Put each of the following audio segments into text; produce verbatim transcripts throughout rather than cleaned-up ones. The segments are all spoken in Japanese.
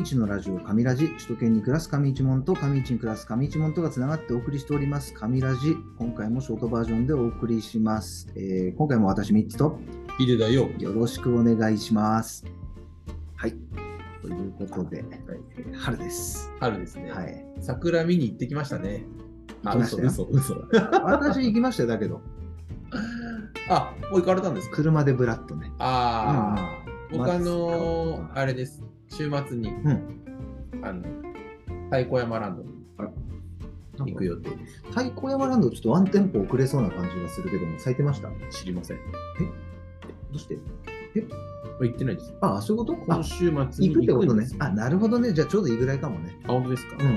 市のラジオ、上ラジ。首都圏に暮らす上一門と上市に暮らす上一門とがつながってお送りしております、上ラジ。今回もショートバージョンでお送りします。えー、今回も私、ミッツとヒデだよ。 よろしくお願いします。はい。ということで、はい、春です。 春ですね。 はい。 桜見に行ってきましたね。 行きましたよ。 嘘、嘘、嘘。 私行きましたよ、だけど。 あ、もう行かれたんですか？ 車でブラッとね。 ああ、うん、僕あのー、あれです。週末に、うん、あの、太鼓山ランドに行く予定です。 太鼓山ランド、ちょっとワンテンポ遅れそうな感じがするけども、咲いてました？ 知りません。え？ どうして？え？ 行ってないです。 ああ、そういうこと？ この週末に行くんです。 行くってことね。あ、なるほどね。じゃあちょうどいいぐらいかもね。 あ、本当ですか？ うんうんうん。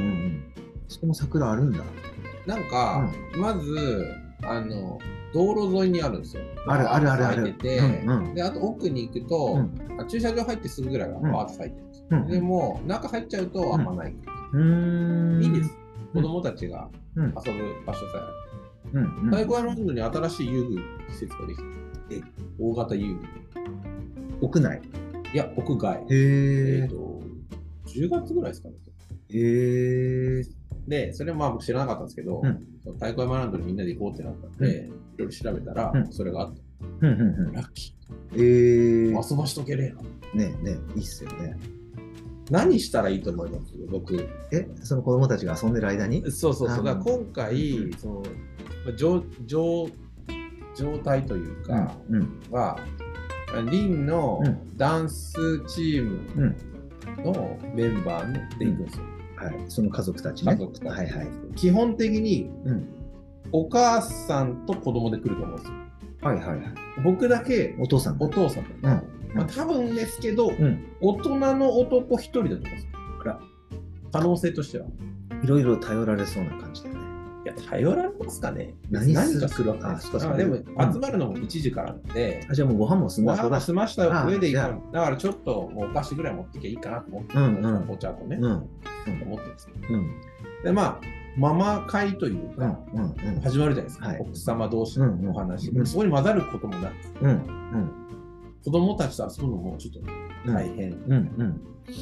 そこも桜あるんだ。 なんか、うん、まず、あの、道路沿いにあるんですよ。 あるあるあるある。 咲いてて、うんうん、で、あと奥に行くと、うん、駐車場入ってすぐぐらいがバーッと咲いてるんですよ。うん、でも、中入っちゃうとあんまない。うん、いいんです。子供たちが遊ぶ場所さえある。うんうん、太鼓山ランドに新しい遊具施設ができて、え、大型遊具。 屋内？ いや、屋外。 へー。 えっと、じゅうがつぐらいですかね。 へー。 で、それもまあ僕知らなかったんですけど、うん、太鼓山ランドにみんなで行こうってなったんで、いろいろ調べたら、それがあった。うんうんうん、ラッキー。えー。遊ばしとけれよ。 ねえねえ、いいっすよね。 何したらいいと思います僕。 え、その子供たちが遊んでる間に？ そうそうそう。だから今回、うん、その、状、状、状態というか、うんうん、は、リンのダンスチームのメンバーで行くんですよ。 はい、その家族たちね。 家族たち。 はいはい。 基本的に、うん、お母さんと子供で来ると思うんですよ。 はいはいはい。 僕だけ、 お父さん。 お父さん。うん。まあ、多分ですけど、うん、大人の男一人だと思うんですよ。可能性としては。 いろいろ頼られそうな感じだよね。 いや、頼られますかね。 何何かするわけですか。でも、集まるのもいちじからなんで。 あ、じゃあもうご飯も済ました。 ご飯も済ました上で行く。だからちょっともうお菓子ぐらい持ってきゃいいかなと思って、うんうん、お茶とね、うん、思ってるんですけど。うん、で、まあ、ママ会というか、うんうんうん、始まるじゃないですか。はい、奥様同士のお話、うんうん。そこに混ざることもなく、うんうん、子供たちと遊ぶのもちょっと大変。うんうん、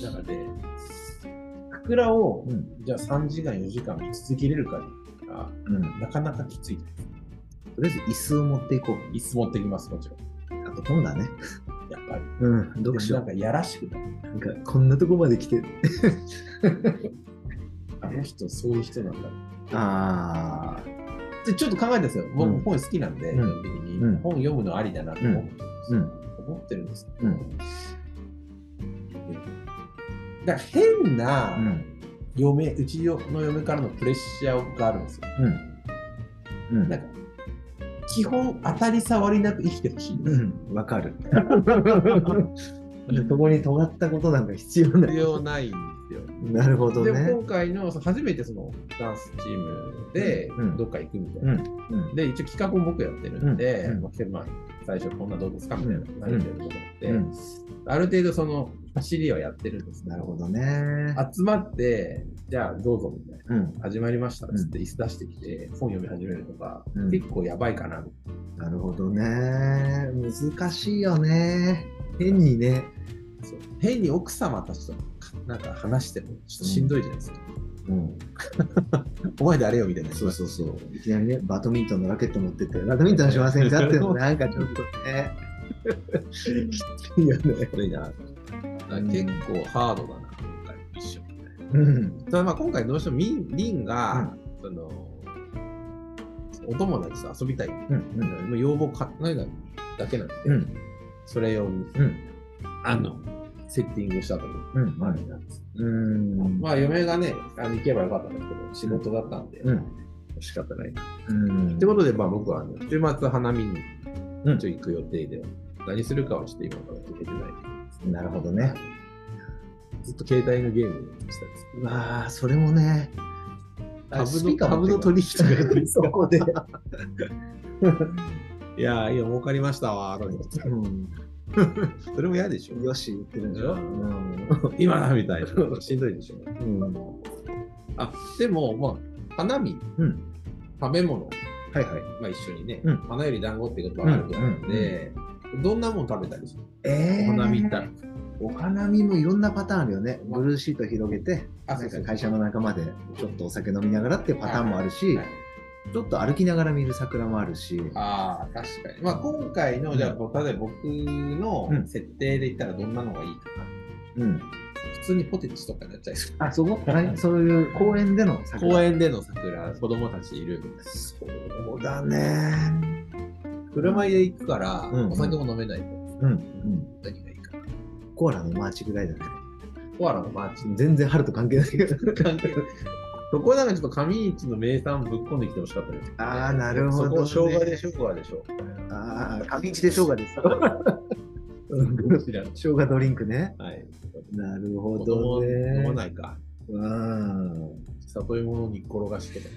なので、桜を、うん、じゃあさんじかん、よじかん見続けれるかが、うん、なかなかきついです。 とりあえず椅子を持っていこう。 椅子持ってきます、もちろん。あと本だね。 やっぱり。 うん、読書。 なんかやらしくなる。 なんかこんなとこまで来てる。 あの人、そういう人なんだ。 ああ。 で、ちょっと考えたんですよ。僕、うん、本好きなんで、基本的に、うん、本読むのありだなと思ってるんです、うん、思ってるんですけど、うん、だから変な嫁、うちの嫁からのプレッシャーがあるんですよ。うんうん、なんか基本当たり障りなく生きてほしいんです。 わ、うん、かる。そこに尖ったことなんか必要ない。 必要ないんですよ。 なるほどね。 で、今回の初めてそのダンスチームでどっか行くみたいな。うんうん、で、一応企画も僕やってるんで、うんうんまあ、最初こんなどうですかみたいな感じで思って、うんうん、ある程度その走りはやってるんです。 なるほどね。 集まって、じゃあどうぞみたいな。うん、始まりましたっつって椅子出してきて、本読み始めるとか、うん、結構やばいかな。 なるほどね。難しいよね。変にね。 そう変に奥様たちとなんか話してもちょっとしんどいじゃないですか。うん。お前誰よみたいな。 そうそうそう。いきなりね、バドミントンのラケット持ってって、バドミントンしませんかっていうのなんかちょっとね。きついよね。 これいいな。結構ハードだな、今回ミッションみたいな。うん。ただまあ今回どうしてもミン、リンが、うん、その、お友達と遊びたい。うんうん、要望かないだけなんで、うん、それ用に。うんあの、セッティングしたという、うん、まあ、なんです。うん。まあ、嫁がね、あの行けばよかったんですけど、仕事だったんで、うん、仕方ない。うん。ってことで、まあ、僕は、ね、週末花見にちょっと行く予定で、うん、何するかはちょっと今から決めてない。 なるほどね。 ずっと携帯のゲームをしたんです。 まあ、それもね、 株の、株の取引がやってるそこで。 いや、いや、儲かりましたわ、と思って。うんそれも嫌でしょ。 よし言ってるんでしょ。うんうん、今だみたいな。しんどいでしょ。うん、あでも、まあ、花見、うん、食べ物、はいはいまあ、一緒にね、うん、花より団子っていうことがあると思うので、うんうんうん、どんなもの食べたりする、えー、お花見行ったら。 お花見もいろんなパターンあるよね。 まあブルーシート広げて、 あなんか会社の仲間でちょっとお酒飲みながらっていうパターンもあるし、 はいちょっと歩きながら見る桜もあるし。 ああ、確かに。まあ、今回の、じゃあ、例えば僕の設定で言ったらどんなのがいいかな。 うん。 普通にポテチとかになっちゃいそう。 あ、そこ、そういう公園での桜。 公園での桜、子供たちいる。 そうだね。 車で行くから、 うんお酒も飲めないと。 うん。うん。 何がいいかな。 コアラのマーチぐらいだね。 コアラのマーチ。 全然春と関係ないけど。 関係ない。そこなんかちょっと上市の名産ぶっこんできてほしかったです、ね。 ああ、なるほど、ね。 そこ生姜でしょ、生姜でしょ。 ああ、上市で生姜です。生姜ドリンクね。 はい。 なるほどね。 飲まないか。 うん。 里芋の煮っころがしとか。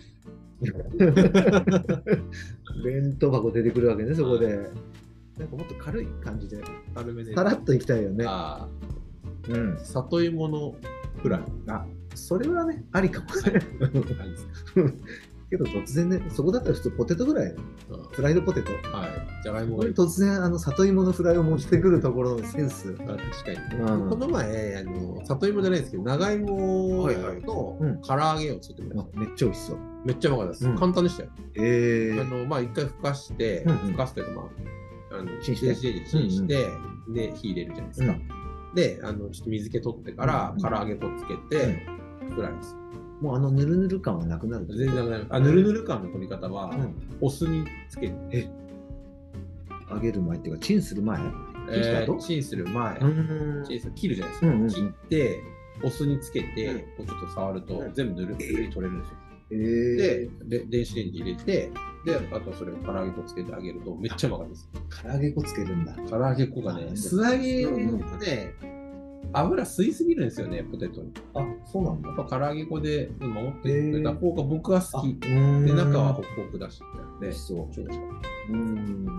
弁当箱出てくるわけね、そこで。なんかもっと軽い感じで。 軽めで。 さらっといきたいよね。 ああ。 うん。 里芋のフライ。 あ、それはね、ありかもしれない。けど突然ね、そこだったら普通ポテトぐらい、フライドポテト。 はい。じゃがいもが突然、あの、里芋のフライを持ってくるところのセンス。 あ、確かに。この前、あの、里芋じゃないですけど、長芋の唐揚げを作ってみました。 めっちゃ美味しそう。 めっちゃうまかったです。簡単でしたよ。 ええ。 あの、まあ、一回ふかして、ふかすというか、まあ、あの、 チンして、 チンして、で、火入れるじゃないですか。で、あの、ちょっと水気取ってから、唐揚げ粉つけて、作られます。 もうあのぬるぬる感はなくなる。 全然なくなる。あ、ぬるぬる感の取り方は、お酢につける。 え、揚げる前っていうか、チンする前？ えー、チンする前、チンする切るじゃないですか。切って、お酢につけて、こうちょっと触ると、全部ぬるぬるに取れるんですよ。で、電子レンジ入れて、で、あとそれを唐揚げ粉つけてあげると、めっちゃうまかったです。 唐揚げ粉つけるんだ。 唐揚げ粉がね、素揚げのね、油吸いすぎるんですよね、ポテトに。 あ、そうなんだ。 やっぱ唐揚げ粉で守ってくれた方が僕は好き。で、中はホクホクだしみたいな。 そう。 超美味しかった。 うん。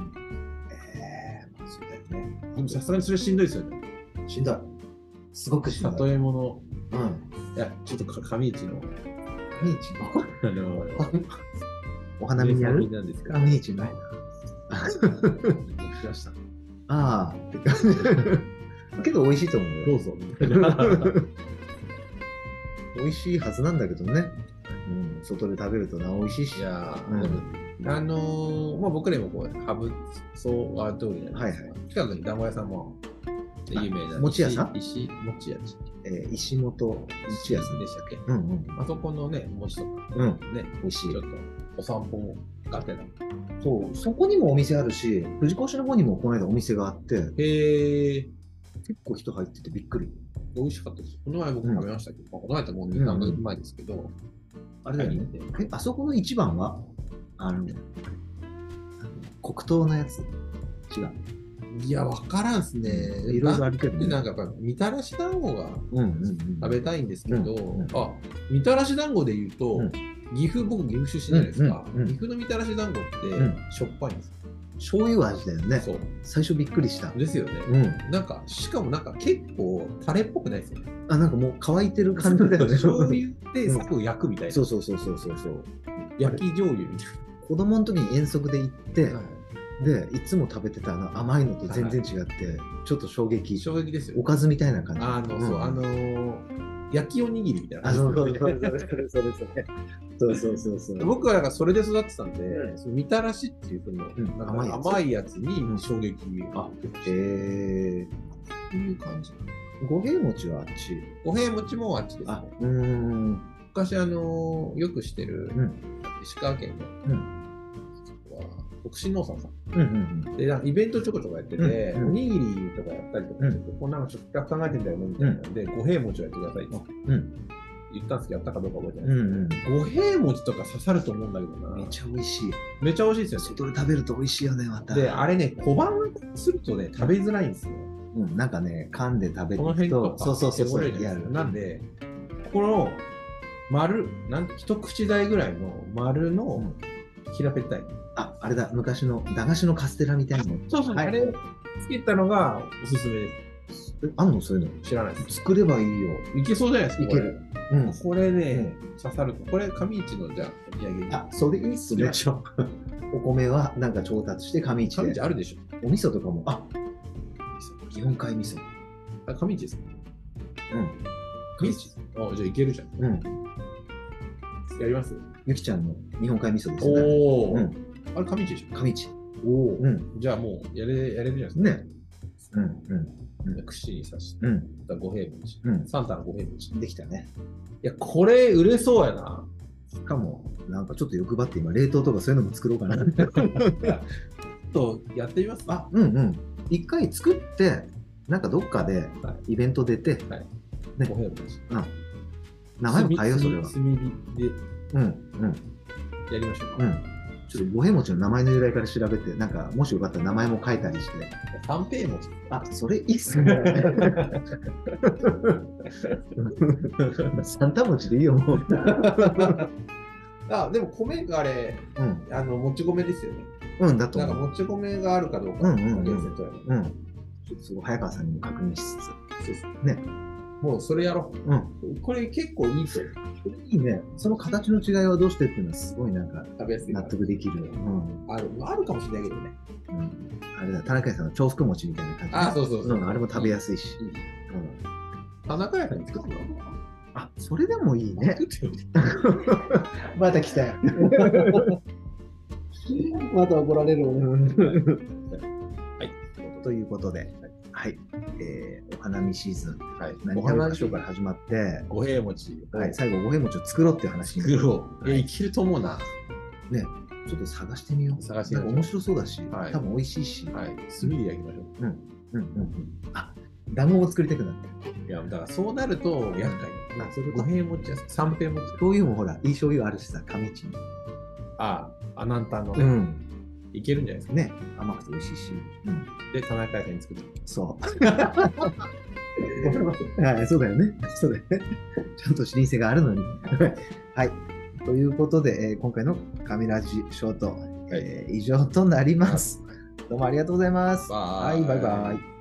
ええ、まあそうだよね。 でもさすがにそれしんどいですよね。 しんどい。すごくしんどい。 里芋の、 うん。 いや、ちょっと上市の。 上市のあの、 お花見にあるなんですか。 上市の。 来ました。 ああ。けど美味しいと思うよ。 どうぞ。 美味しいはずなんだけどね。うん、外で食べるとな、美味しいし。 いやー、うん、あのー、まあ僕らもこう、ハブソア通りなんですが、はいはい、近くに団子屋さんも有名な。 餅屋さん？ 石餅屋。 えー、石本餅屋さんでしたっけ？ うんうん。 あそこのね、餅とか、 うん、 ね、 美味しい。 ちょっとお散歩もがてら。 そう、そこにもお店あるし、藤子市の方にもこの間お店があって、 へえ。 結構人入っててびっくり。 美味しかったです。この前僕食べましたけど、うん、この前ってもうに、さんかげつまえですけど、うん、 あれだよね。え、あそこの一番は、あの、黒糖のやつ違う。 いや、わからんすね。 いろいろあるけどね。 なんかやっぱ、みたらし団子が食べたいんですけど、あ、みたらし団子で言うと、うん、岐阜、僕岐阜出身じゃないですか。うんうんうん、岐阜のみたらし団子ってしょっぱいんですよ。 醤油味だよね。 そう。 最初びっくりした。 ですよね。うん。なんか、しかもなんか結構タレっぽくないですよね。 あ、なんかもう乾いてる感じだよね。 醤油でサクを焼くみたいな。 そうそうそうそうそうそう。 焼き醤油みたいな。 子供の時に遠足で行って、はい、で、いつも食べてたあの甘いのと全然違って、はい、ちょっと衝撃。 衝撃ですよ、 ね。おかずみたいな感じ。 あの、うん、そう、あのー、焼きおにぎりみたいな。 あ、そうそうそうそうそうそうそうそう。 僕はなんかそれで育ってたんで、うん、そのみたらしっていうその、うん、なんか甘いやつに衝撃が受けました。へえ。 そういう感じ。 五平餅はあっち。 五平餅もあっちですね。あ、うん。昔あのー、よくしてる、うん、石川県の、うん、北進農産さん。うんうんうん、で、なんかイベントちょこちょこやってて、うんうん、おにぎりとかやったりとかしてて、うん、こんなのちょっと企画考えてんだよねみたいなんで、五、うん、平餅をやってくださいと、うん、言ったんですけど、やったかどうか覚えてないですけど、五、うん、平餅とか刺さると思うんだけどな。 めちゃ美味しい。 めちゃ美味しいですよね。 外で食べると美味しいよね、また。 で、あれね、小判するとね、食べづらいんですよ。 うん、なんかね、噛んで食べてると、 この辺とかそうそうそうそう、 やる。なんで、この丸、なん一口大ぐらいの丸の平べったい。 あ、あれだ、昔の駄菓子のカステラみたいなの。 そうそう、はい、あれつけたのがおすすめです。 え、あんのそういうの知らないです。 作ればいいよ。 いけそうじゃないですか。 いける。 うん、これね、うん、刺さると。これ、上市のじゃあ、お土産に。 あ、それいいっすね。お米はなんか調達して上市で。 上市あるでしょ。 お味噌とかも、あ、四回味噌。 あ、上市ですか？ うん。 上市。あ、じゃあいけるじゃん。 うん。 やります？ ゆきちゃんの日本海味噌ですよね。 おお、 うん。 あれ上市でしょ？ 上市。 おお、 うん。 じゃあもうやれ、やれるじゃないですか。 ね。うん。うん。 串に刺して、 うん。 五平餅。 うん。 サンタの五平餅。 できたね。 いや、これ売れそうやな。 しかも、なんかちょっと欲張って今、冷凍とかそういうのも作ろうかな。 と、やってみます？ あ、うんうん。一回作って、なんかどっかでイベント出て、 はい。 ね、 五平餅。 うん。名前も変えよう、それは。 炭火で、 うん、うん。 やりましょうか。 うん。ちょっと五平餅の名前の由来から調べて、なんか、もしよかったら名前も書いたりして。 三平餅。 あ、それいいっすね。サンタ餅でいいよ、もう。 あ、でも米があれ、うん、あの、もち米ですよね。 うん、だとなんか、もち米があるかどうか。 うんうんうん。 うん。 ちょっとそこ、早川さんにも確認しつつ。 そうですね。 もうそれやろう。うん。これ結構いいと。 これいいね。その形の違いはどうしてっていうのはすごいなんか食べやすい。 納得できる。うん。 ある、あるかもしれないけどね。 うん。あれだ、田中屋さんの重複餅みたいな感じ。 あ、そうそうそう。 うん、あれも食べやすいし。うん。 田中屋さんに作ったの？ あ、それでもいいね。また来たよ。また怒られる。はい。ということで、はい。えー、お花見シーズン。はい。何食べましょうから始まって、 五平餅。 はい。最後、五平餅を作ろうっていう話に。 作ろう。いや、いけると思うな。 ね。ちょっと探してみよう。 探してみよう。 面白そうだし、多分美味しいし。 はい。炭で焼きましょう。 うん。うんうんうん。あ、ダムを作りたくなってる。 いや、だからそうなると厄介。あ、それ五平餅や三平餅。 醤油もほら、いい醤油あるしさ、上市に。 ああ、アナンタンのね。うん。 いけるんじゃないですか。 ね。甘くて美味しいし。 うん。で、田中屋さんに作って。 そう。はい、そうだよね。そうだよね。ちゃんと老舗があるのに。はい。ということで、えー、今回の神ラジショート、はい、えー、以上となります。どうもありがとうございます。 はい、 バイバイ。